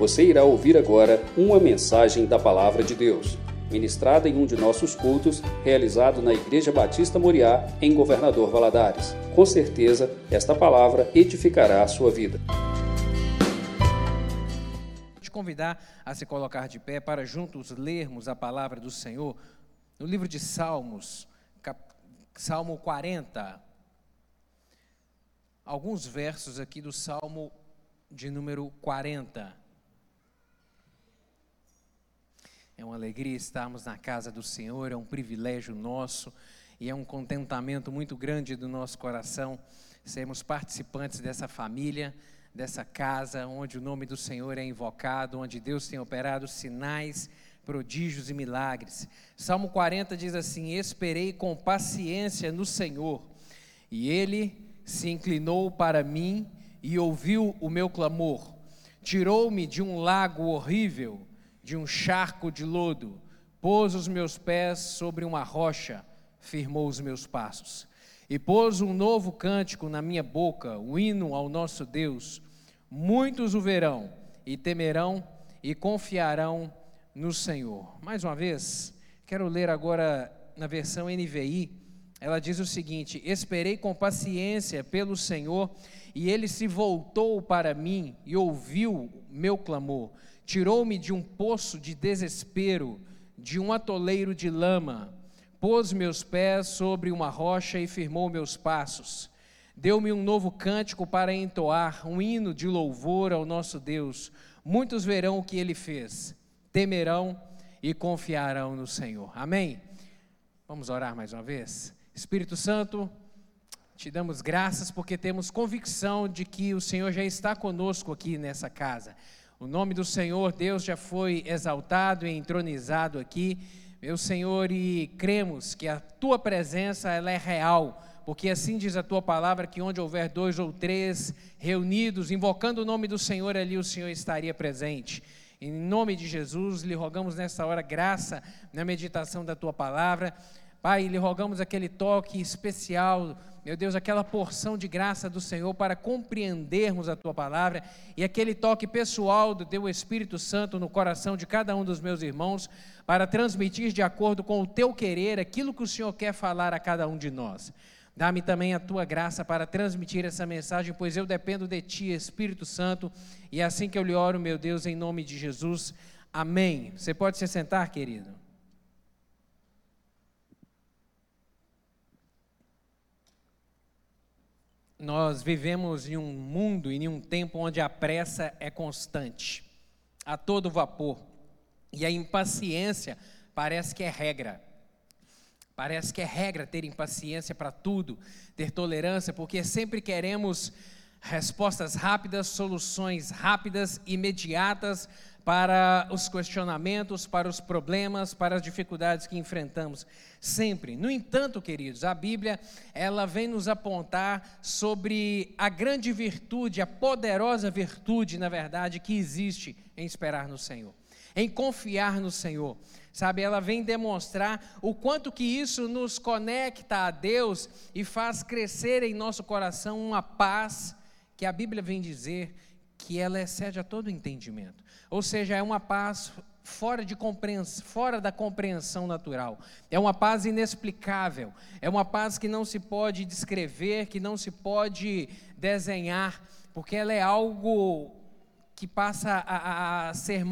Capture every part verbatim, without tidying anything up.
Você irá ouvir agora uma mensagem da Palavra de Deus, ministrada em um de nossos cultos, realizado na Igreja Batista Moriá, em Governador Valadares. Com certeza, esta palavra edificará a sua vida. Vou te convidar a se colocar de pé para juntos lermos a palavra do Senhor no livro de Salmos, cap... Salmo quarenta. Alguns versos aqui do Salmo de número quarenta. É uma alegria estarmos na casa do Senhor, é um privilégio nosso e é um contentamento muito grande do nosso coração sermos participantes dessa família, dessa casa onde o nome do Senhor é invocado, onde Deus tem operado sinais, prodígios e milagres. Salmo quarenta diz assim: esperei com paciência no Senhor, e Ele se inclinou para mim e ouviu o meu clamor. Tirou-me de um lago horrível, de um charco de lodo, pôs os meus pés sobre uma rocha, firmou os meus passos. E pôs um novo cântico na minha boca, um hino ao nosso Deus. Muitos o verão e temerão e confiarão no Senhor. Mais uma vez, quero ler agora na versão N V I. Ela diz o seguinte: esperei com paciência pelo Senhor, e Ele se voltou para mim e ouviu meu clamor. Tirou-me de um poço de desespero, de um atoleiro de lama. Pôs meus pés sobre uma rocha e firmou meus passos. Deu-me um novo cântico para entoar, um hino de louvor ao nosso Deus. Muitos verão o que Ele fez, temerão e confiarão no Senhor. Amém? Vamos orar mais uma vez? Espírito Santo, te damos graças porque temos convicção de que o Senhor já está conosco aqui nessa casa. O nome do Senhor, Deus, já foi exaltado e entronizado aqui, meu Senhor, e cremos que a Tua presença ela é real, porque assim diz a Tua palavra, que onde houver dois ou três reunidos, invocando o nome do Senhor, ali o Senhor estaria presente. Em nome de Jesus, lhe rogamos nesta hora graça na meditação da Tua palavra. Pai, lhe rogamos aquele toque especial, meu Deus, aquela porção de graça do Senhor para compreendermos a Tua palavra e aquele toque pessoal do Teu Espírito Santo no coração de cada um dos meus irmãos para transmitir de acordo com o Teu querer aquilo que o Senhor quer falar a cada um de nós. Dá-me também a Tua graça para transmitir essa mensagem, pois eu dependo de Ti, Espírito Santo, e é assim que eu lhe oro, meu Deus, em nome de Jesus. Amém. Você pode se sentar, querido? Nós vivemos em um mundo e em um tempo onde a pressa é constante, a todo vapor, e a impaciência parece que é regra. Parece que é regra ter impaciência para tudo, ter tolerância, porque sempre queremos respostas rápidas, soluções rápidas, imediatas para os questionamentos, para os problemas, para as dificuldades que enfrentamos, sempre. No entanto, queridos, a Bíblia, ela vem nos apontar sobre a grande virtude, a poderosa virtude, na verdade, que existe em esperar no Senhor, em confiar no Senhor. Sabe, ela vem demonstrar o quanto que isso nos conecta a Deus e faz crescer em nosso coração uma paz que a Bíblia vem dizer que ela excede a todo entendimento. Ou seja, é uma paz fora de compreensão, fora da compreensão natural. É uma paz inexplicável. É uma paz que não se pode descrever, que não se pode desenhar, porque ela é algo que passa a, a ser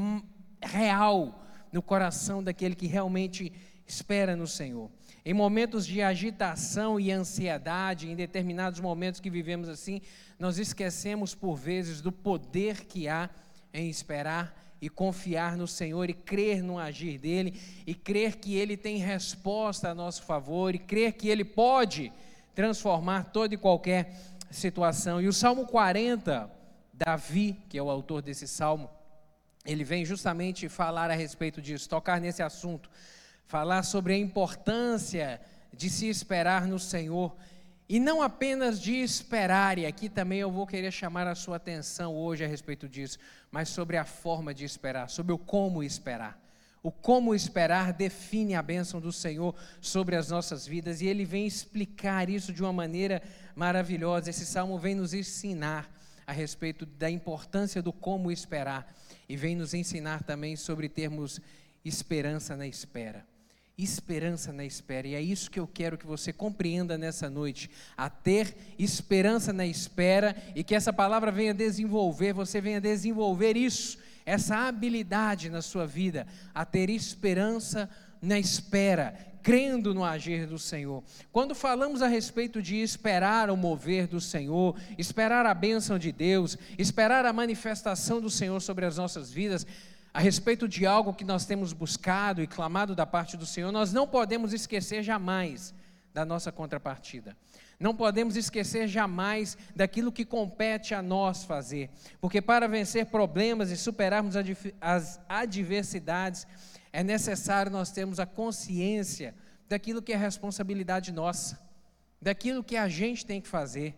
real no coração daquele que realmente espera no Senhor. Em momentos de agitação e ansiedade, em determinados momentos que vivemos assim, nós esquecemos por vezes do poder que há em esperar e confiar no Senhor e crer no agir dEle, e crer que Ele tem resposta a nosso favor, e crer que Ele pode transformar toda e qualquer situação. E o Salmo quarenta, Davi, que é o autor desse Salmo, ele vem justamente falar a respeito disso, tocar nesse assunto, falar sobre a importância de se esperar no Senhor, e não apenas de esperar, e aqui também eu vou querer chamar a sua atenção hoje a respeito disso, mas sobre a forma de esperar, sobre o como esperar. O como esperar define a bênção do Senhor sobre as nossas vidas, e Ele vem explicar isso de uma maneira maravilhosa. Esse salmo vem nos ensinar a respeito da importância do como esperar e vem nos ensinar também sobre termos esperança na espera. Esperança na espera, e é isso que eu quero que você compreenda nessa noite, a ter esperança na espera, e que essa palavra venha desenvolver, você venha desenvolver isso, essa habilidade na sua vida, a ter esperança na espera, crendo no agir do Senhor. Quando falamos a respeito de esperar o mover do Senhor, esperar a bênção de Deus, esperar a manifestação do Senhor sobre as nossas vidas, a respeito de algo que nós temos buscado e clamado da parte do Senhor, nós não podemos esquecer jamais da nossa contrapartida. Não podemos esquecer jamais daquilo que compete a nós fazer, porque para vencer problemas e superarmos as adversidades, é necessário nós termos a consciência daquilo que é responsabilidade nossa, daquilo que a gente tem que fazer.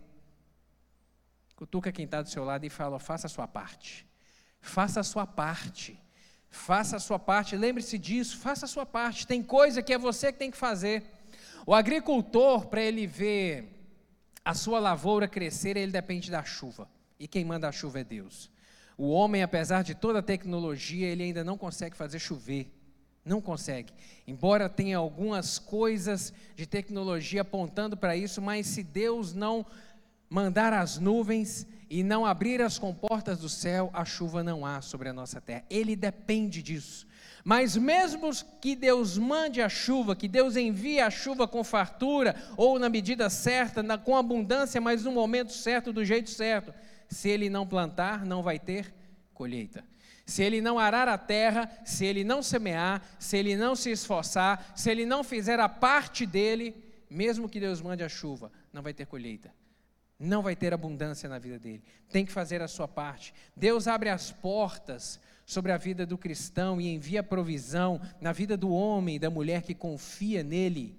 Cutuca quem está do seu lado e fala: faça a sua parte, faça a sua parte, faça a sua parte, lembre-se disso, faça a sua parte. Tem coisa que é você que tem que fazer. O agricultor, para ele ver a sua lavoura crescer, ele depende da chuva, e quem manda a chuva é Deus. O homem, apesar de toda a tecnologia, ele ainda não consegue fazer chover, não consegue, embora tenha algumas coisas de tecnologia apontando para isso, mas se Deus não mandar as nuvens e não abrir as comportas do céu, a chuva não há sobre a nossa terra. Ele depende disso. Mas mesmo que Deus mande a chuva, que Deus envie a chuva com fartura, ou na medida certa, na, com abundância, mas no momento certo, do jeito certo, se Ele não plantar, não vai ter colheita. Se Ele não arar a terra, se Ele não semear, se Ele não se esforçar, se Ele não fizer a parte dele, mesmo que Deus mande a chuva, não vai ter colheita. Não vai ter abundância na vida dele. Tem que fazer a sua parte. Deus abre as portas sobre a vida do cristão e envia provisão na vida do homem e da mulher que confia nele,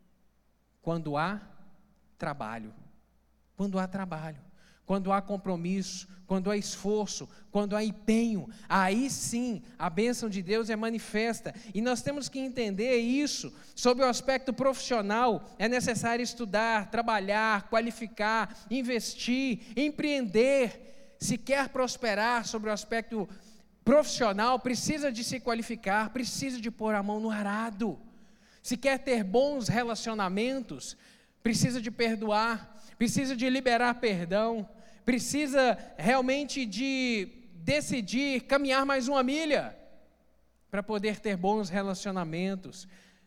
quando há trabalho, quando há trabalho, quando há compromisso, quando há esforço, quando há empenho, aí sim a bênção de Deus é manifesta. E nós temos que entender isso. Sob o aspecto profissional, é necessário estudar, trabalhar, qualificar, investir, empreender. Se quer prosperar sobre o aspecto profissional, precisa de se qualificar, precisa de pôr a mão no arado. Se quer ter bons relacionamentos, precisa de perdoar, precisa de liberar perdão, precisa realmente de decidir caminhar mais uma milha para poder ter bons relacionamentos.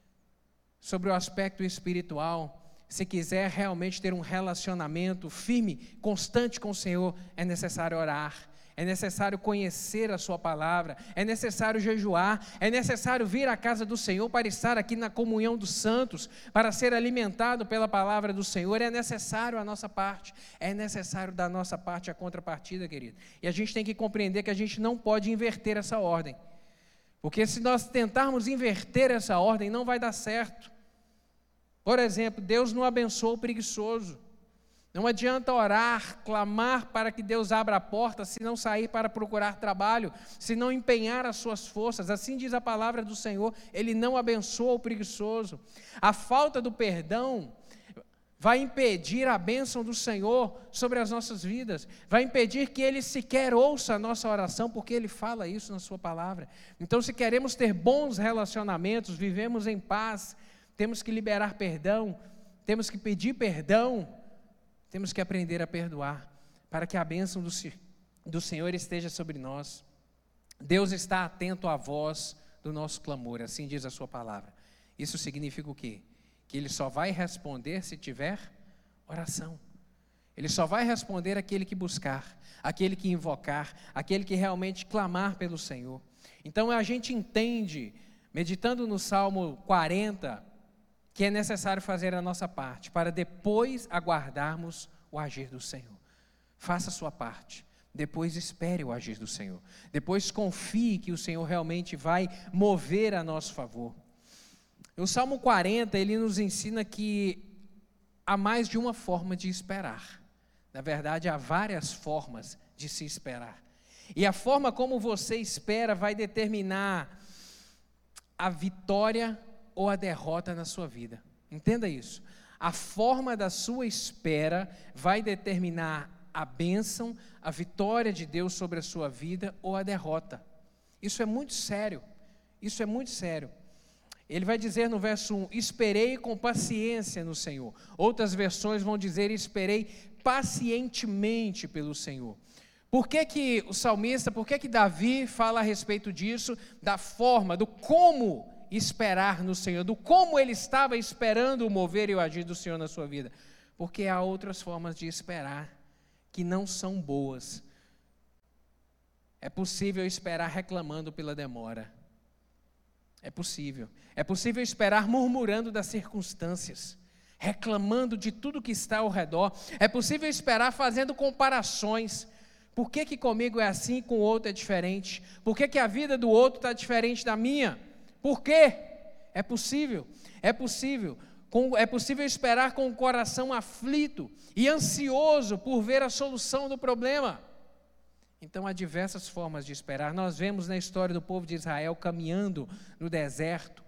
Sobre o aspecto espiritual, se quiser realmente ter um relacionamento firme, constante com o Senhor, é necessário orar, é necessário conhecer a sua palavra, é necessário jejuar, é necessário vir à casa do Senhor para estar aqui na comunhão dos santos, para ser alimentado pela palavra do Senhor. É necessário a nossa parte, é necessário da nossa parte a contrapartida, querido. E a gente tem que compreender que a gente não pode inverter essa ordem, porque se nós tentarmos inverter essa ordem, não vai dar certo. Por exemplo, Deus não abençoa o preguiçoso. Não adianta orar, clamar para que Deus abra a porta, se não sair para procurar trabalho, se não empenhar as suas forças. Assim diz a palavra do Senhor, Ele não abençoa o preguiçoso. A falta do perdão vai impedir a bênção do Senhor sobre as nossas vidas, vai impedir que Ele sequer ouça a nossa oração, porque Ele fala isso na sua palavra. Então, se queremos ter bons relacionamentos, vivemos em paz, temos que liberar perdão, temos que pedir perdão, temos que aprender a perdoar, para que a bênção do, do Senhor esteja sobre nós. Deus está atento à voz do nosso clamor, assim diz a sua palavra. Isso significa o quê? Que Ele só vai responder se tiver oração. Ele só vai responder aquele que buscar, aquele que invocar, aquele que realmente clamar pelo Senhor. Então a gente entende, meditando no Salmo quarenta, que é necessário fazer a nossa parte, para depois aguardarmos o agir do Senhor. Faça a sua parte, depois espere o agir do Senhor, depois confie que o Senhor realmente vai mover a nosso favor. O Salmo quarenta, ele nos ensina que há mais de uma forma de esperar. Na verdade, há várias formas de se esperar. E a forma como você espera vai determinar a vitória ou a derrota na sua vida. Entenda isso. A forma da sua espera vai determinar a bênção, a vitória de Deus sobre a sua vida ou a derrota. Isso é muito sério, isso é muito sério. Ele vai dizer no verso um, esperei com paciência no Senhor. Outras versões vão dizer, esperei pacientemente pelo Senhor. Por que que o salmista, por que que Davi fala a respeito disso, da forma, do como esperar no Senhor, do como ele estava esperando o mover e o agir do Senhor na sua vida? Porque há outras formas de esperar que não são boas. É possível esperar reclamando pela demora. É possível. É possível esperar murmurando das circunstâncias, reclamando de tudo que está ao redor. É possível esperar fazendo comparações. Por que que comigo é assim e com o outro é diferente? Por que que a vida do outro está diferente da minha? Por quê? É possível. É possível. Com, é possível esperar com o coração aflito e ansioso por ver a solução do problema. Então há diversas formas de esperar. Nós vemos na história do povo de Israel caminhando no deserto,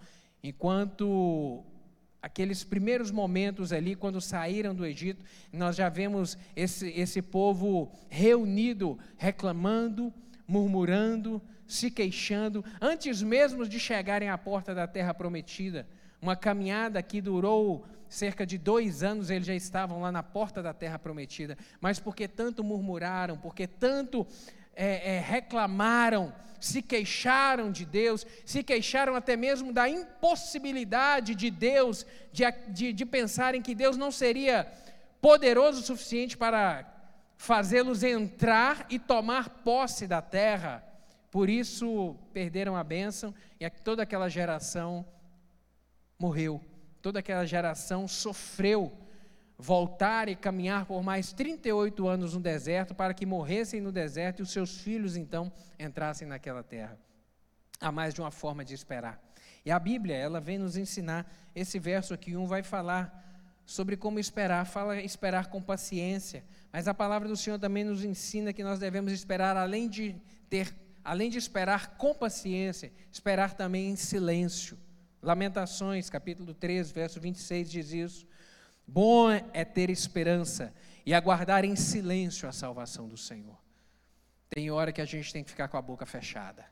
enquanto aqueles primeiros momentos ali, quando saíram do Egito, nós já vemos esse, esse povo reunido, reclamando, murmurando, se queixando, antes mesmo de chegarem à porta da terra prometida. Uma caminhada que durou cerca de dois anos, eles já estavam lá na porta da terra prometida, mas porque tanto murmuraram, porque tanto é, é, reclamaram, se queixaram de Deus, se queixaram até mesmo da impossibilidade de Deus, de, de, de pensarem que Deus não seria poderoso o suficiente para fazê-los entrar e tomar posse da terra. Por isso perderam a bênção e toda aquela geração morreu. Toda aquela geração sofreu voltar e caminhar por mais trinta e oito anos no deserto, para que morressem no deserto e os seus filhos então entrassem naquela terra. Há mais de uma forma de esperar. E a Bíblia, ela vem nos ensinar, esse verso aqui, um vai falar sobre como esperar, fala esperar com paciência, mas a palavra do Senhor também nos ensina que nós devemos esperar, além de ter, além de esperar com paciência, esperar também em silêncio. Lamentações, capítulo três, verso vinte e seis, diz isso. Bom é ter esperança e aguardar em silêncio a salvação do Senhor. Tem hora que a gente tem que ficar com a boca fechada.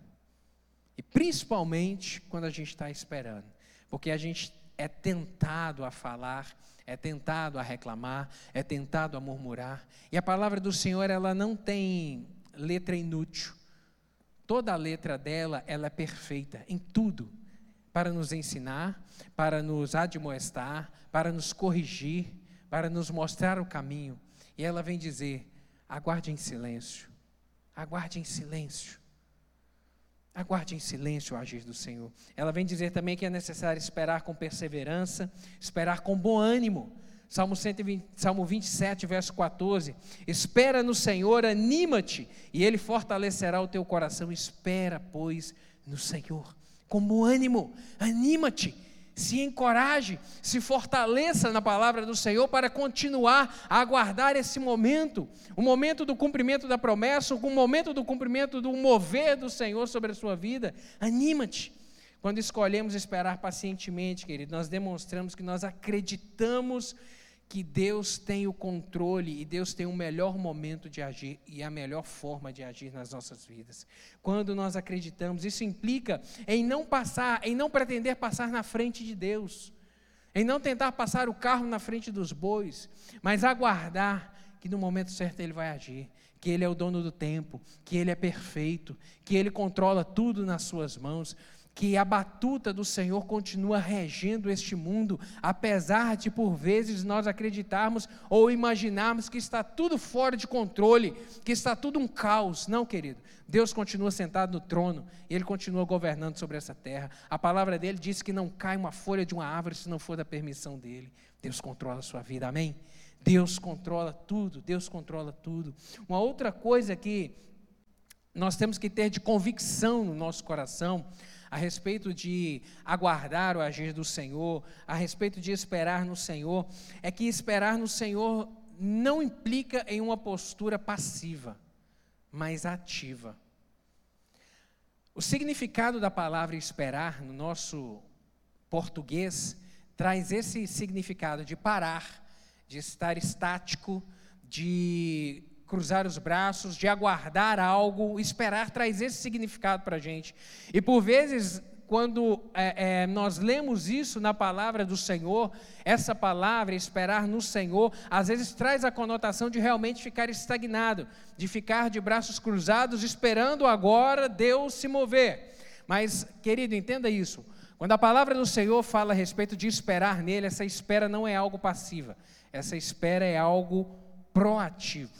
E principalmente quando a gente está esperando. Porque a gente é tentado a falar, é tentado a reclamar, é tentado a murmurar. E a palavra do Senhor, ela não tem letra inútil. Toda a letra dela, ela é perfeita em tudo. Para nos ensinar, para nos admoestar, para nos corrigir, para nos mostrar o caminho. E ela vem dizer, aguarde em silêncio, aguarde em silêncio, aguarde em silêncio o agir do Senhor. Ela vem dizer também que é necessário esperar com perseverança, esperar com bom ânimo. Salmo, cento e vinte, Salmo vinte e sete, verso quatorze, espera no Senhor, anima-te, e Ele fortalecerá o teu coração. Espera, pois, no Senhor. Com bom ânimo, anima-te, se encoraje, se fortaleça na palavra do Senhor para continuar a aguardar esse momento, o momento do cumprimento da promessa, o momento do cumprimento do mover do Senhor sobre a sua vida. Anima-te. Quando escolhemos esperar pacientemente, querido, nós demonstramos que nós acreditamos que Deus tem o controle e Deus tem o melhor momento de agir e a melhor forma de agir nas nossas vidas. Quando nós acreditamos, isso implica em não passar, em não pretender passar na frente de Deus, em não tentar passar o carro na frente dos bois, mas aguardar que no momento certo Ele vai agir, que Ele é o dono do tempo, que Ele é perfeito, que Ele controla tudo nas suas mãos, que a batuta do Senhor continua regendo este mundo, apesar de por vezes nós acreditarmos ou imaginarmos que está tudo fora de controle, que está tudo um caos. Não, querido, Deus continua sentado no trono, e Ele continua governando sobre essa terra. A palavra dEle diz que não cai uma folha de uma árvore se não for da permissão dEle. Deus controla a sua vida, amém? Deus controla tudo, Deus controla tudo. Uma outra coisa que nós temos que ter de convicção no nosso coração, a respeito de aguardar o agir do Senhor, a respeito de esperar no Senhor, é que esperar no Senhor não implica em uma postura passiva, mas ativa. O significado da palavra esperar no nosso português traz esse significado de parar, de estar estático, de cruzar os braços, de aguardar algo, esperar traz esse significado para a gente. E por vezes, quando é, é, nós lemos isso na palavra do Senhor, essa palavra, esperar no Senhor, às vezes traz a conotação de realmente ficar estagnado, de ficar de braços cruzados, esperando agora Deus se mover. Mas, querido, entenda isso, quando a palavra do Senhor fala a respeito de esperar nele, essa espera não é algo passiva, essa espera é algo proativo.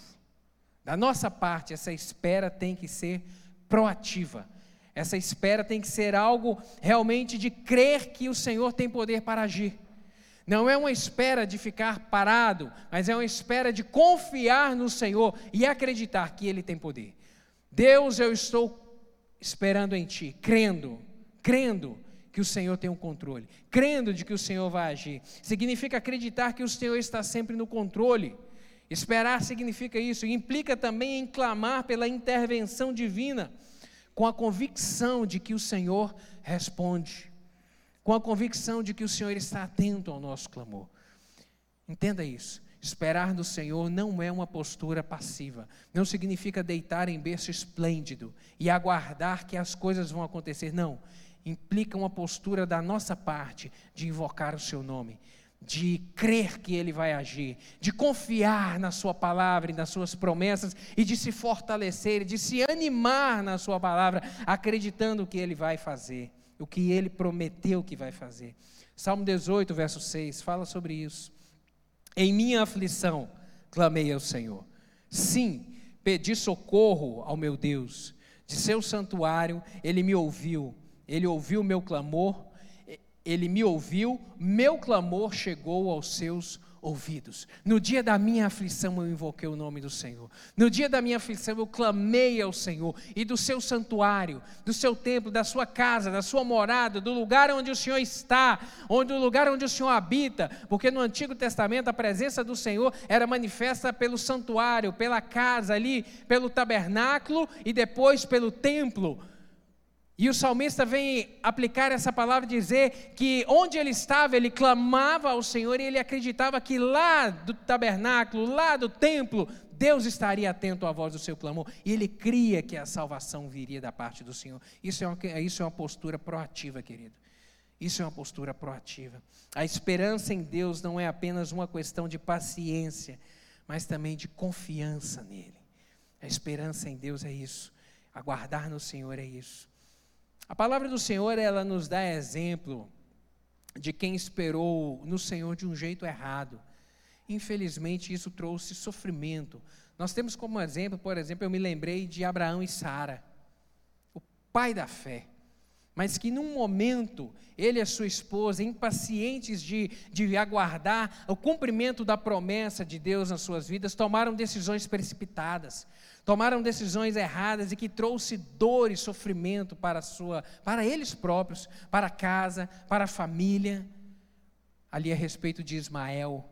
Da nossa parte, essa espera tem que ser proativa. Essa espera tem que ser algo realmente de crer que o Senhor tem poder para agir. Não é uma espera de ficar parado, mas é uma espera de confiar no Senhor e acreditar que Ele tem poder. Deus, eu estou esperando em Ti, crendo, crendo que o Senhor tem o controle, crendo de que o Senhor vai agir. Significa acreditar que o Senhor está sempre no controle. Esperar significa isso, e implica também em clamar pela intervenção divina, com a convicção de que o Senhor responde, com a convicção de que o Senhor está atento ao nosso clamor. Entenda isso, esperar no Senhor não é uma postura passiva, não significa deitar em berço esplêndido e aguardar que as coisas vão acontecer, não, implica uma postura da nossa parte de invocar o seu nome, de crer que Ele vai agir, de confiar na sua palavra e nas suas promessas, e de se fortalecer, de se animar na sua palavra, acreditando que Ele vai fazer, o que Ele prometeu que vai fazer. Salmo dezoito, verso seis, fala sobre isso. Em minha aflição, clamei ao Senhor. Sim, pedi socorro ao meu Deus. De seu santuário, Ele me ouviu. Ele ouviu o meu clamor, Ele me ouviu, meu clamor chegou aos seus ouvidos. No dia da minha aflição eu invoquei o nome do Senhor. No dia da minha aflição eu clamei ao Senhor. E do seu santuário, do seu templo, da sua casa, da sua morada, do lugar onde o Senhor está, onde o lugar onde o Senhor habita, porque no Antigo Testamento a presença do Senhor era manifesta pelo santuário, pela casa ali, pelo tabernáculo e depois pelo templo. E o salmista vem aplicar essa palavra e dizer que onde ele estava, ele clamava ao Senhor e ele acreditava que lá do tabernáculo, lá do templo, Deus estaria atento à voz do seu clamor. E ele cria que a salvação viria da parte do Senhor. Isso é uma, isso é uma postura proativa, querido. Isso é uma postura proativa. A esperança em Deus não é apenas uma questão de paciência, mas também de confiança nele. A esperança em Deus é isso. Aguardar no Senhor é isso. A palavra do Senhor, ela nos dá exemplo de quem esperou no Senhor de um jeito errado. Infelizmente, isso trouxe sofrimento. Nós temos como exemplo, por exemplo, eu me lembrei de Abraão e Sara, o pai da fé, mas que num momento, ele e a sua esposa, impacientes de, de aguardar o cumprimento da promessa de Deus nas suas vidas, tomaram decisões precipitadas, tomaram decisões erradas e que trouxe dor e sofrimento para, a sua, para eles próprios, para a casa, para a família. Ali a respeito de Ismael,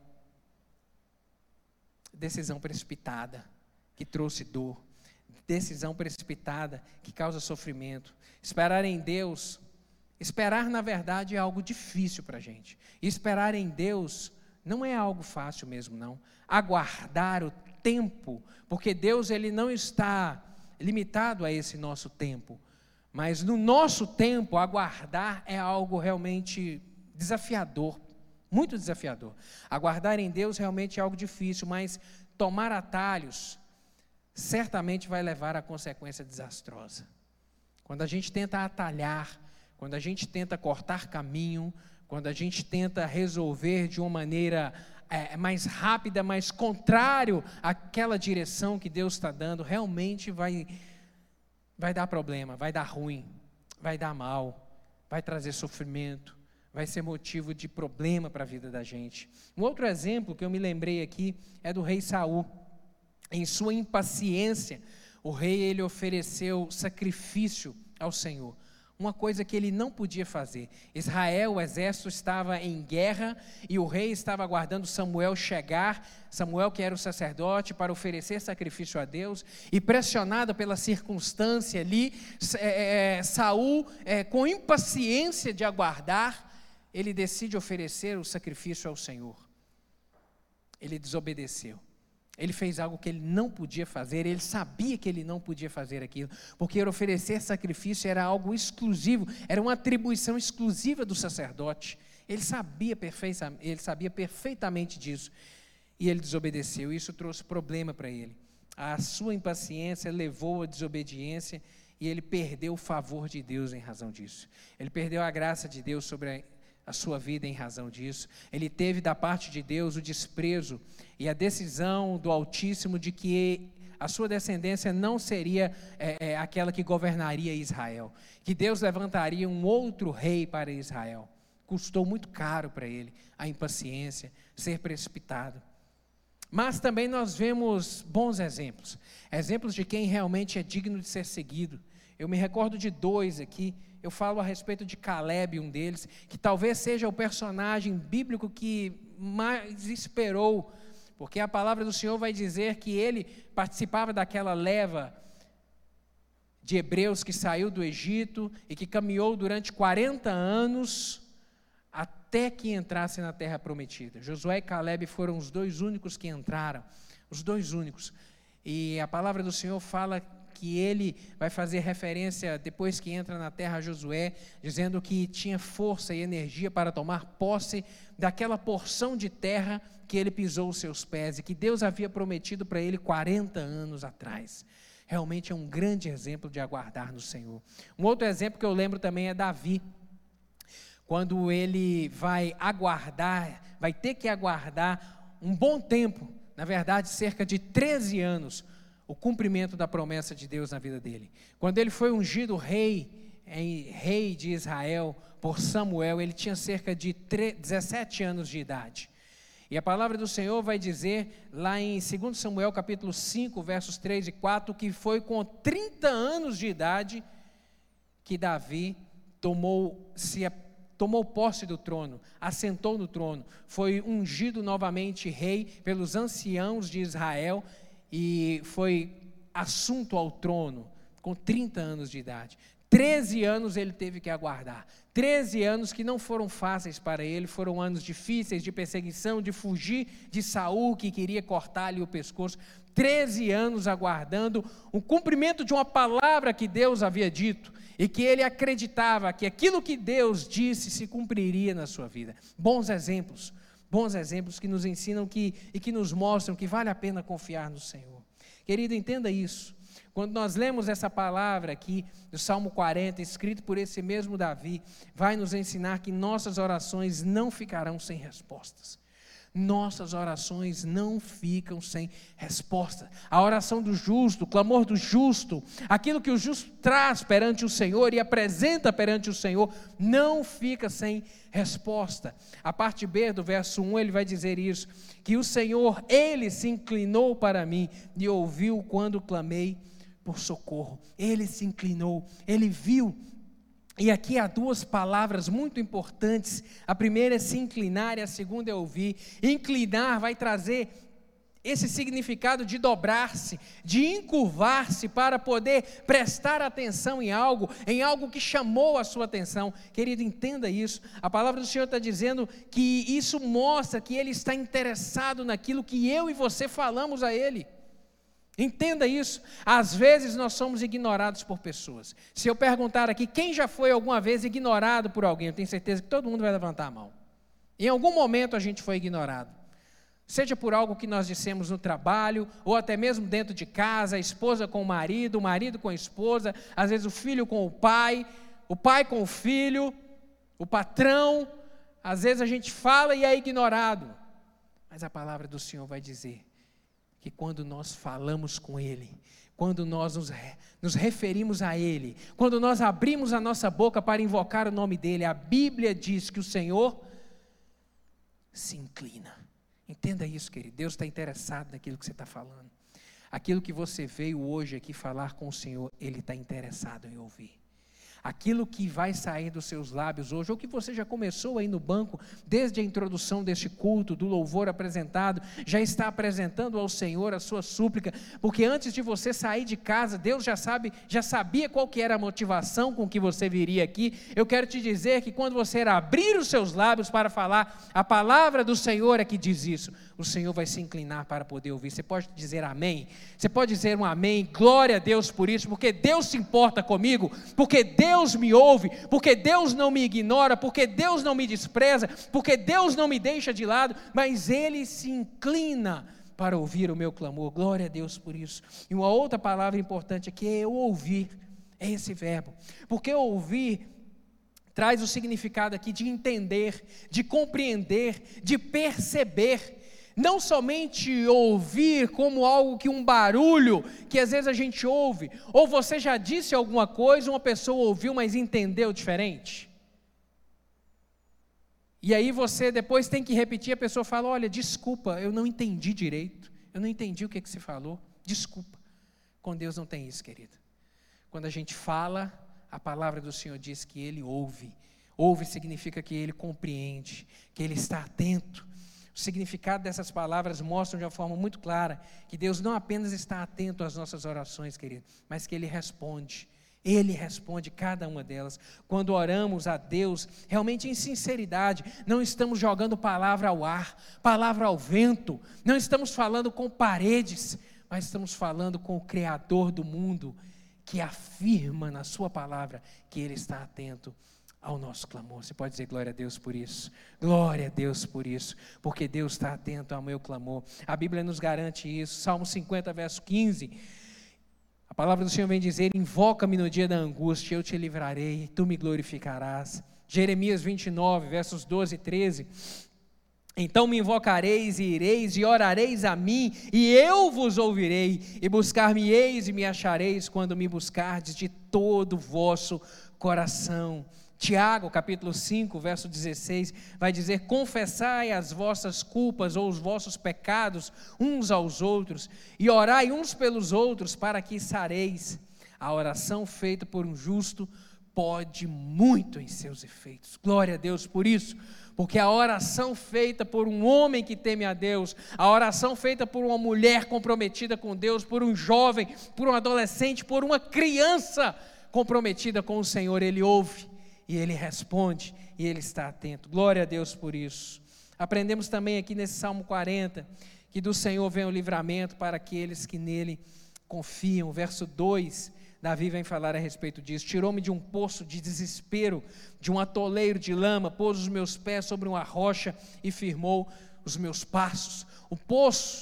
decisão precipitada, que trouxe dor, decisão precipitada, que causa sofrimento. Esperar em Deus, esperar na verdade é algo difícil para a gente, e esperar em Deus não é algo fácil mesmo não, aguardar o tempo, porque Deus ele não está limitado a esse nosso tempo, mas no nosso tempo aguardar é algo realmente desafiador, muito desafiador. Aguardar em Deus realmente é algo difícil, mas tomar atalhos certamente vai levar a consequência desastrosa. Quando a gente tenta atalhar, quando a gente tenta cortar caminho, quando a gente tenta resolver de uma maneira é, mais rápida, mais contrário àquela direção que Deus está dando, realmente vai, vai dar problema, vai dar ruim, vai dar mal, vai trazer sofrimento, vai ser motivo de problema para a vida da gente. Um outro exemplo que eu me lembrei aqui é do rei Saul. Em sua impaciência, o rei ele ofereceu sacrifício ao Senhor, uma coisa que ele não podia fazer. Israel, o exército estava em guerra e o rei estava aguardando Samuel chegar, Samuel que era o sacerdote, para oferecer sacrifício a Deus, e pressionado pela circunstância ali, é, é, Saul, é, com impaciência de aguardar, ele decide oferecer o sacrifício ao Senhor. Ele desobedeceu. Ele fez algo que ele não podia fazer, ele sabia que ele não podia fazer aquilo, porque oferecer sacrifício era algo exclusivo, era uma atribuição exclusiva do sacerdote. Ele sabia, perfeita, ele sabia perfeitamente disso, e ele desobedeceu. Isso trouxe problema para ele. A sua impaciência levou à desobediência, e ele perdeu o favor de Deus em razão disso. Ele perdeu a graça de Deus sobre a a sua vida em razão disso. Ele teve da parte de Deus o desprezo e a decisão do Altíssimo de que a sua descendência não seria é, é, aquela que governaria Israel, que Deus levantaria um outro rei para Israel. Custou muito caro para ele a impaciência, ser precipitado. Mas também nós vemos bons exemplos, exemplos de quem realmente é digno de ser seguido. Eu me recordo de dois aqui. Eu falo a respeito de Caleb, um deles, que talvez seja o personagem bíblico que mais esperou, porque a palavra do Senhor vai dizer que ele participava daquela leva de hebreus que saiu do Egito e que caminhou durante quarenta anos até que entrasse na terra prometida. Josué e Caleb foram os dois únicos que entraram, os dois únicos. E a palavra do Senhor fala que ele vai fazer referência, depois que entra na terra, a Josué, dizendo que tinha força e energia para tomar posse daquela porção de terra que ele pisou os seus pés, e que Deus havia prometido para ele quarenta anos atrás. Realmente é um grande exemplo de aguardar no Senhor. Um outro exemplo que eu lembro também é Davi, quando ele vai aguardar, vai ter que aguardar um bom tempo, na verdade cerca de treze anos, o cumprimento da promessa de Deus na vida dele. Quando ele foi ungido rei, em, rei de Israel por Samuel, ele tinha cerca de dezessete anos de idade. E a palavra do Senhor vai dizer, lá em segundo Samuel capítulo cinco, versos três e quatro, que foi com trinta anos de idade que Davi tomou, se, tomou posse do trono, assentou no trono, foi ungido novamente rei pelos anciãos de Israel, e foi assunto ao trono com trinta anos de idade. treze anos ele teve que aguardar, treze anos que não foram fáceis para ele, foram anos difíceis de perseguição, de fugir de Saul, que queria cortar-lhe o pescoço, treze anos aguardando o cumprimento de uma palavra que Deus havia dito, e que ele acreditava que aquilo que Deus disse se cumpriria na sua vida. Bons exemplos, bons exemplos que nos ensinam que, e que nos mostram que vale a pena confiar no Senhor. Querido, entenda isso. Quando nós lemos essa palavra aqui, do Salmo quarenta, escrito por esse mesmo Davi, vai nos ensinar que nossas orações não ficarão sem respostas. Nossas orações não ficam sem resposta. A oração do justo, o clamor do justo, aquilo que o justo traz perante o Senhor e apresenta perante o Senhor, não fica sem resposta. A parte B do verso um, ele vai dizer isso, que o Senhor, Ele se inclinou para mim e ouviu quando clamei por socorro. Ele se inclinou, Ele viu. E aqui há duas palavras muito importantes. A primeira é se inclinar e a segunda é ouvir. Inclinar vai trazer esse significado de dobrar-se, de encurvar-se para poder prestar atenção em algo, em algo que chamou a sua atenção. Querido, entenda isso. A palavra do Senhor está dizendo que isso mostra que Ele está interessado naquilo que eu e você falamos a Ele. Entenda isso. Às vezes nós somos ignorados por pessoas. Se eu perguntar aqui, quem já foi alguma vez ignorado por alguém? Eu tenho certeza que todo mundo vai levantar a mão. Em algum momento a gente foi ignorado. Seja por algo que nós dissemos no trabalho, ou até mesmo dentro de casa, a esposa com o marido, o marido com a esposa, às vezes o filho com o pai, o pai com o filho, o patrão. Às vezes a gente fala e é ignorado. Mas a palavra do Senhor vai dizer que quando nós falamos com Ele, quando nós nos, nos referimos a Ele, quando nós abrimos a nossa boca para invocar o nome dEle, a Bíblia diz que o Senhor se inclina. Entenda isso, querido. Deus está interessado naquilo que você está falando. Aquilo que você veio hoje aqui falar com o Senhor, Ele está interessado em ouvir. Aquilo que vai sair dos seus lábios hoje, ou que você já começou aí no banco, desde a introdução deste culto, do louvor apresentado, já está apresentando ao Senhor a sua súplica, porque antes de você sair de casa, Deus já sabe, já sabia qual que era a motivação com que você viria aqui. Eu quero te dizer que quando você abrir os seus lábios para falar, a palavra do Senhor é que diz isso. o Senhor vai se inclinar para poder ouvir. Você pode dizer amém? Você pode dizer um amém? Glória a Deus por isso, porque Deus se importa comigo, porque Deus me ouve, porque Deus não me ignora, porque Deus não me despreza, porque Deus não me deixa de lado, mas Ele se inclina para ouvir o meu clamor. Glória a Deus por isso. E uma outra palavra importante aqui é eu ouvir, é esse verbo, porque ouvir traz o significado aqui de entender, de compreender, de perceber, não somente ouvir como algo que um barulho, que às vezes a gente ouve, ou você já disse alguma coisa, uma pessoa ouviu, mas entendeu diferente, e aí você depois tem que repetir, a pessoa fala, olha, desculpa, eu não entendi direito, eu não entendi o que, que você falou, desculpa. Com Deus não tem isso, querido. Quando a gente fala, a palavra do Senhor diz que Ele ouve. Ouve significa que Ele compreende, que Ele está atento. O significado dessas palavras mostram de uma forma muito clara que Deus não apenas está atento às nossas orações, querido, mas que Ele responde. Ele responde cada uma delas. Quando oramos a Deus, realmente em sinceridade, não estamos jogando palavra ao ar, palavra ao vento, não estamos falando com paredes, mas estamos falando com o Criador do mundo, que afirma na sua palavra que Ele está atento ao nosso clamor. Você pode dizer glória a Deus por isso? Glória a Deus por isso, porque Deus está atento ao meu clamor. A Bíblia nos garante isso. Salmo cinquenta, verso quinze. A palavra do Senhor vem dizer, invoca-me no dia da angústia, eu te livrarei, tu me glorificarás. Jeremias vinte e nove, versos doze e treze. Então me invocareis e ireis e orareis a mim, e eu vos ouvirei, e buscar-me-eis e me achareis, quando me buscardes de todo o vosso coração. Tiago, capítulo cinco, verso dezesseis, vai dizer, confessai as vossas culpas ou os vossos pecados uns aos outros, e orai uns pelos outros, para que sareis. A oração feita por um justo pode muito em seus efeitos. Glória a Deus por isso, porque a oração feita por um homem que teme a Deus, a oração feita por uma mulher comprometida com Deus, por um jovem, por um adolescente, por uma criança comprometida com o Senhor, Ele ouve, e Ele responde, e Ele está atento. Glória a Deus por isso. Aprendemos também aqui nesse Salmo quarenta, que do Senhor vem o livramento para aqueles que nele confiam. Verso dois, Davi vem falar a respeito disso. Tirou-me de um poço de desespero, de um atoleiro de lama, pôs os meus pés sobre uma rocha e firmou os meus passos. O poço,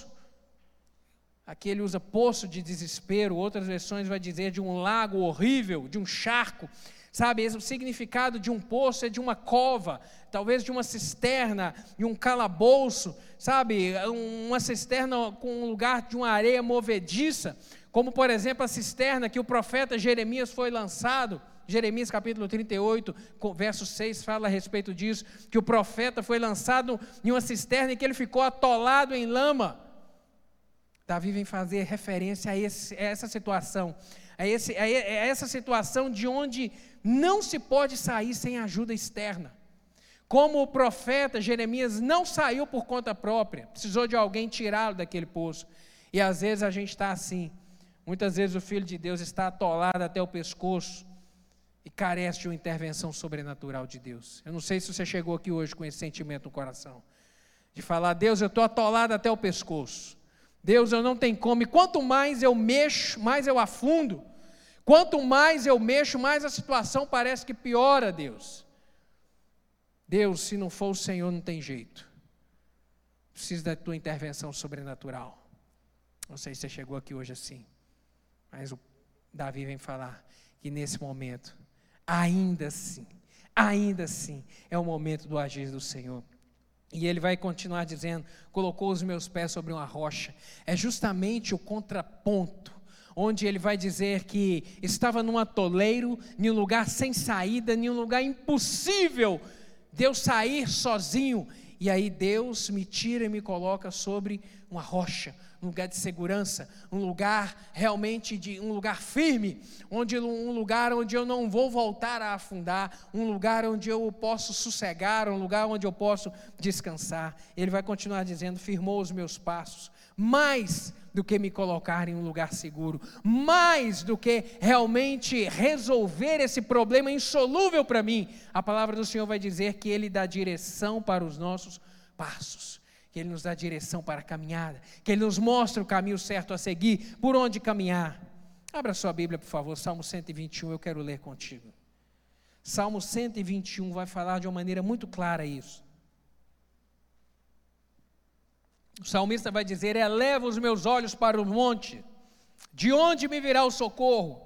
aqui ele usa poço de desespero, outras versões vai dizer de um lago horrível, de um charco. Sabe, esse, o significado de um poço é de uma cova, talvez de uma cisterna, de um calabouço, sabe, uma cisterna com um lugar de uma areia movediça, como por exemplo a cisterna que o profeta Jeremias foi lançado. Jeremias capítulo trinta e oito, verso seis, fala a respeito disso, que o profeta foi lançado em uma cisterna e que ele ficou atolado em lama. Davi vem fazer referência a, esse, a essa situação, a, esse, a essa situação de onde não se pode sair sem ajuda externa. Como o profeta Jeremias não saiu por conta própria, precisou de alguém tirá-lo daquele poço. E às vezes a gente está assim, muitas vezes o Filho de Deus está atolado até o pescoço e carece de uma intervenção sobrenatural de Deus. Eu não sei se você chegou aqui hoje com esse sentimento no coração, de falar, Deus, eu estou atolado até o pescoço, Deus, eu não tenho como, e quanto mais eu mexo, mais eu afundo, quanto mais eu mexo, mais a situação parece que piora, Deus. Deus, se não for o Senhor, não tem jeito. Preciso da tua intervenção sobrenatural. Não sei se você chegou aqui hoje assim, mas o Davi vem falar que nesse momento, ainda assim, ainda assim, é o momento do agir do Senhor. E ele vai continuar dizendo, colocou os meus pés sobre uma rocha. É justamente o contraponto, onde ele vai dizer que estava num atoleiro, em um lugar sem saída, em um lugar impossível de eu sair sozinho, e aí Deus me tira e me coloca sobre uma rocha, um lugar de segurança, um lugar realmente de um lugar firme, onde um lugar onde eu não vou voltar a afundar, um lugar onde eu posso sossegar, um lugar onde eu posso descansar. Ele vai continuar dizendo, firmou os meus passos, mais do que me colocar em um lugar seguro, mais do que realmente resolver esse problema insolúvel para mim, a palavra do Senhor vai dizer que Ele dá direção para os nossos passos, que Ele nos dá direção para a caminhada, que Ele nos mostra o caminho certo a seguir, por onde caminhar. Abra sua Bíblia, por favor, Salmo cento e vinte e um, eu quero ler contigo. Salmo cento e vinte e um vai falar de uma maneira muito clara isso. O salmista vai dizer: eleva os meus olhos para o monte, de onde me virá o socorro?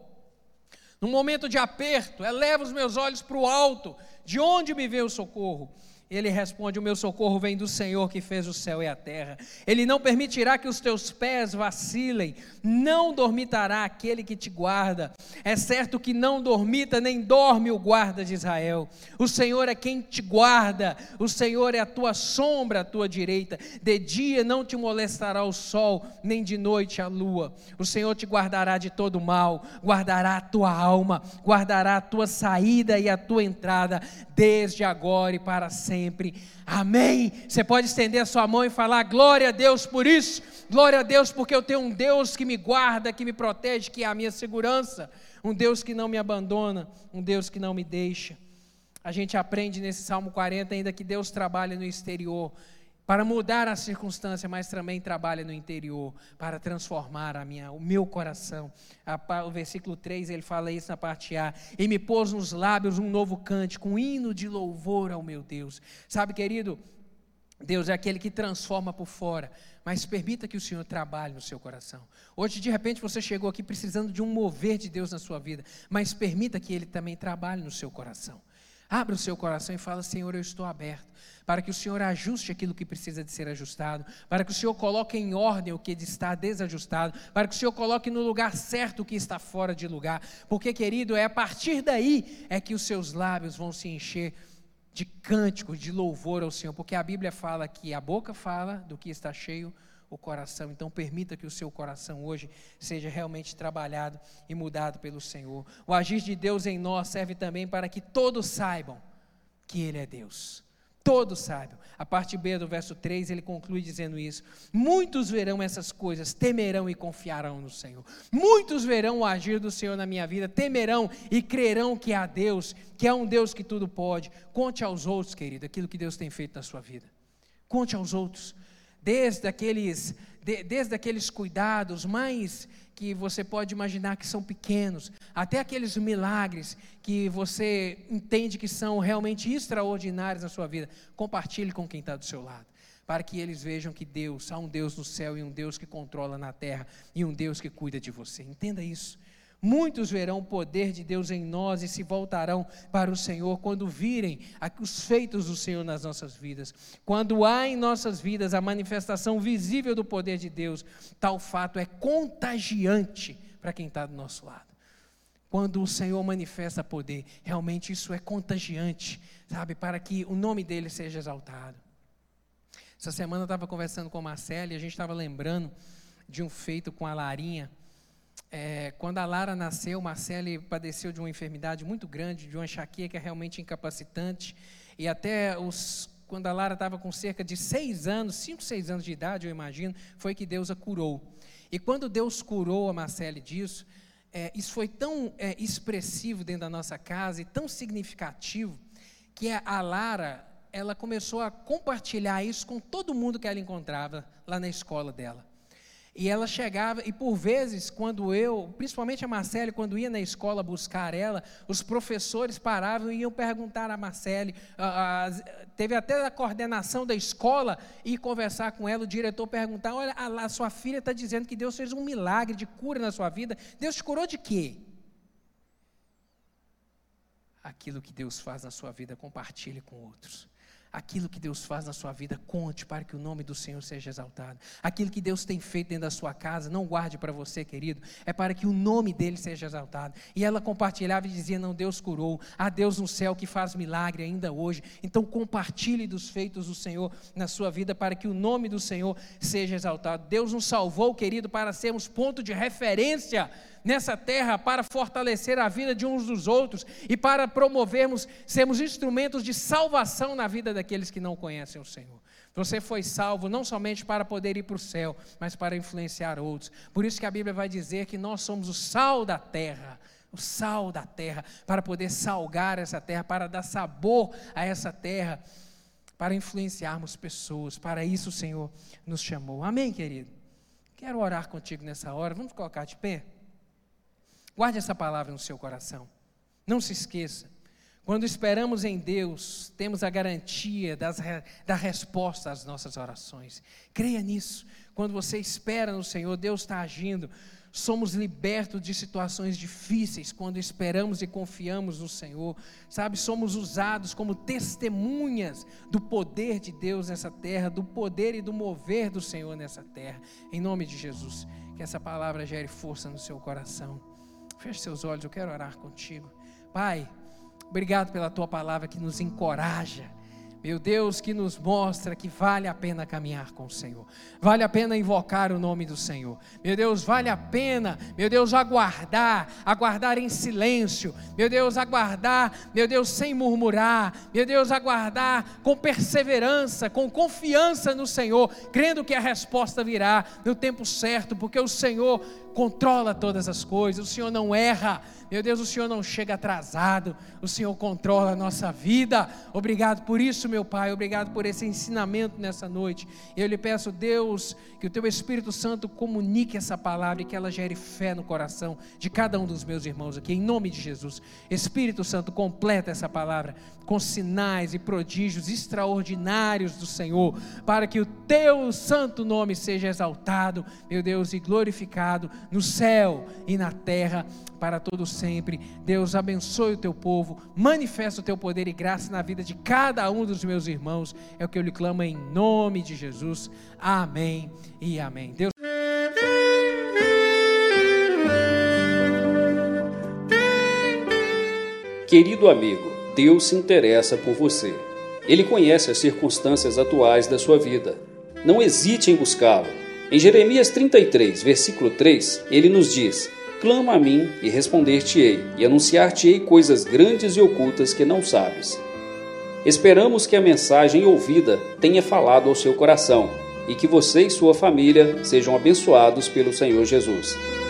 No momento de aperto, eleva os meus olhos para o alto, de onde me vem o socorro? Ele responde: o meu socorro vem do Senhor que fez o céu e a terra. Ele não permitirá que os teus pés vacilem, não dormitará aquele que te guarda. É certo que não dormita nem dorme o guarda de Israel. O Senhor é quem te guarda, o Senhor é a tua sombra à tua direita. De dia não te molestará o sol, nem de noite a lua. O Senhor te guardará de todo mal, guardará a tua alma, guardará a tua saída e a tua entrada, desde agora e para sempre. Sempre. Amém. Você pode estender a sua mão e falar: glória a Deus por isso, glória a Deus porque eu tenho um Deus que me guarda, que me protege, que é a minha segurança, um Deus que não me abandona, um Deus que não me deixa. A gente aprende nesse Salmo quarenta ainda que Deus trabalha no exterior para mudar a circunstância, mas também trabalha no interior para transformar a minha, o meu coração. A, o versículo três, ele fala isso na parte A: e me pôs nos lábios um novo cântico, um hino de louvor ao meu Deus. Sabe, querido, Deus é aquele que transforma por fora, mas permita que o Senhor trabalhe no seu coração. Hoje, de repente, você chegou aqui precisando de um mover de Deus na sua vida, mas permita que Ele também trabalhe no seu coração. Abra o seu coração e fala: Senhor, eu estou aberto para que o Senhor ajuste aquilo que precisa de ser ajustado, para que o Senhor coloque em ordem o que está desajustado, para que o Senhor coloque no lugar certo o que está fora de lugar, porque, querido, é a partir daí é que os seus lábios vão se encher de cânticos, de louvor ao Senhor, porque a Bíblia fala que a boca fala do que está cheio o coração. Então permita que o seu coração hoje seja realmente trabalhado e mudado pelo Senhor. O agir de Deus em nós serve também para que todos saibam que Ele é Deus. Todos saibam. A parte B do verso três, ele conclui dizendo isso: muitos verão essas coisas, temerão e confiarão no Senhor. Muitos verão o agir do Senhor na minha vida, temerão e crerão que há Deus, que é um Deus que tudo pode. Conte aos outros, querido, aquilo que Deus tem feito na sua vida. Conte aos outros. Desde aqueles, de, desde aqueles cuidados mais que você pode imaginar que são pequenos, até aqueles milagres que você entende que são realmente extraordinários na sua vida. Compartilhe com quem está do seu lado, para que eles vejam que Deus, há um Deus no céu e um Deus que controla na terra e um Deus que cuida de você. Entenda isso. Muitos verão o poder de Deus em nós e se voltarão para o Senhor quando virem os feitos do Senhor nas nossas vidas. Quando há em nossas vidas a manifestação visível do poder de Deus, tal fato é contagiante para quem está do nosso lado. Quando o Senhor manifesta poder, realmente isso é contagiante, sabe, para que o nome dele seja exaltado. Essa semana eu estava conversando com a Marcela e a gente estava lembrando de um feito com a Larinha. É, quando a Lara nasceu, Marcele padeceu de uma enfermidade muito grande, de uma enxaqueca realmente incapacitante, e até os, quando a Lara estava com cerca de seis anos, cinco, seis anos de idade, eu imagino, foi que Deus a curou. E quando Deus curou a Marcele disso, é, isso foi tão é, expressivo dentro da nossa casa e tão significativo, que a, a Lara, ela começou a compartilhar isso com todo mundo que ela encontrava lá na escola dela. E ela chegava, e por vezes, quando eu, principalmente a Marcele, quando ia na escola buscar ela, os professores paravam e iam perguntar a Marcele, a, a, teve até a coordenação da escola, ir conversar com ela, o diretor perguntar: olha, a, a sua filha está dizendo que Deus fez um milagre de cura na sua vida, Deus te curou de quê? Aquilo que Deus faz na sua vida, compartilhe com outros. Aquilo que Deus faz na sua vida, conte para que o nome do Senhor seja exaltado. Aquilo que Deus tem feito dentro da sua casa, não guarde para você, querido, é para que o nome dele seja exaltado. E ela compartilhava e dizia: não, Deus curou, há Deus no céu que faz milagre ainda hoje. Então compartilhe dos feitos do Senhor na sua vida, para que o nome do Senhor seja exaltado. Deus nos salvou, querido, para sermos ponto de referência nessa terra, para fortalecer a vida de uns dos outros e para promovermos, sermos instrumentos de salvação na vida daqueles que não conhecem o Senhor. Você foi salvo não somente para poder ir para o céu, mas para influenciar outros. Por isso que a Bíblia vai dizer que nós somos o sal da terra, o sal da terra, para poder salgar essa terra, para dar sabor a essa terra, para influenciarmos pessoas. Para isso o Senhor nos chamou. Amém, querido? Quero orar contigo nessa hora. Vamos colocar de pé? Guarde essa palavra no seu coração. Não se esqueça. Quando esperamos em Deus, temos a garantia das, da resposta às nossas orações. Creia nisso. Quando você espera no Senhor, Deus está agindo. Somos libertos de situações difíceis quando esperamos e confiamos no Senhor. Sabe, somos usados como testemunhas do poder de Deus nessa terra, do poder e do mover do Senhor nessa terra. Em nome de Jesus, que essa palavra gere força no seu coração. Feche seus olhos, eu quero orar contigo. Pai, obrigado pela tua palavra que nos encoraja. Meu Deus, que nos mostra que vale a pena caminhar com o Senhor. Vale a pena invocar o nome do Senhor. Meu Deus, vale a pena, meu Deus, aguardar, aguardar em silêncio. Meu Deus, aguardar, meu Deus, sem murmurar. Meu Deus, aguardar com perseverança, com confiança no Senhor, crendo que a resposta virá no tempo certo, porque o Senhor controla todas as coisas, o Senhor não erra, meu Deus, o Senhor não chega atrasado, o Senhor controla a nossa vida. Obrigado por isso, meu Pai, obrigado por esse ensinamento nessa noite. Eu lhe peço, Deus, que o Teu Espírito Santo comunique essa palavra e que ela gere fé no coração de cada um dos meus irmãos aqui, em nome de Jesus. Espírito Santo, completa essa palavra com sinais e prodígios extraordinários do Senhor, para que o Teu santo nome seja exaltado, meu Deus, e glorificado no céu e na terra, para todo sempre. Deus, abençoe o Teu povo, manifesta o Teu poder e graça na vida de cada um dos meus irmãos, é o que eu lhe clamo em nome de Jesus, amém e amém. Deus... Querido amigo, Deus se interessa por você. Ele conhece as circunstâncias atuais da sua vida. Não hesite em buscá-lo. Em Jeremias trinta e três, versículo três, ele nos diz: clama a mim e responder-te-ei, e anunciar-te-ei coisas grandes e ocultas que não sabes. Esperamos que a mensagem ouvida tenha falado ao seu coração e que você e sua família sejam abençoados pelo Senhor Jesus.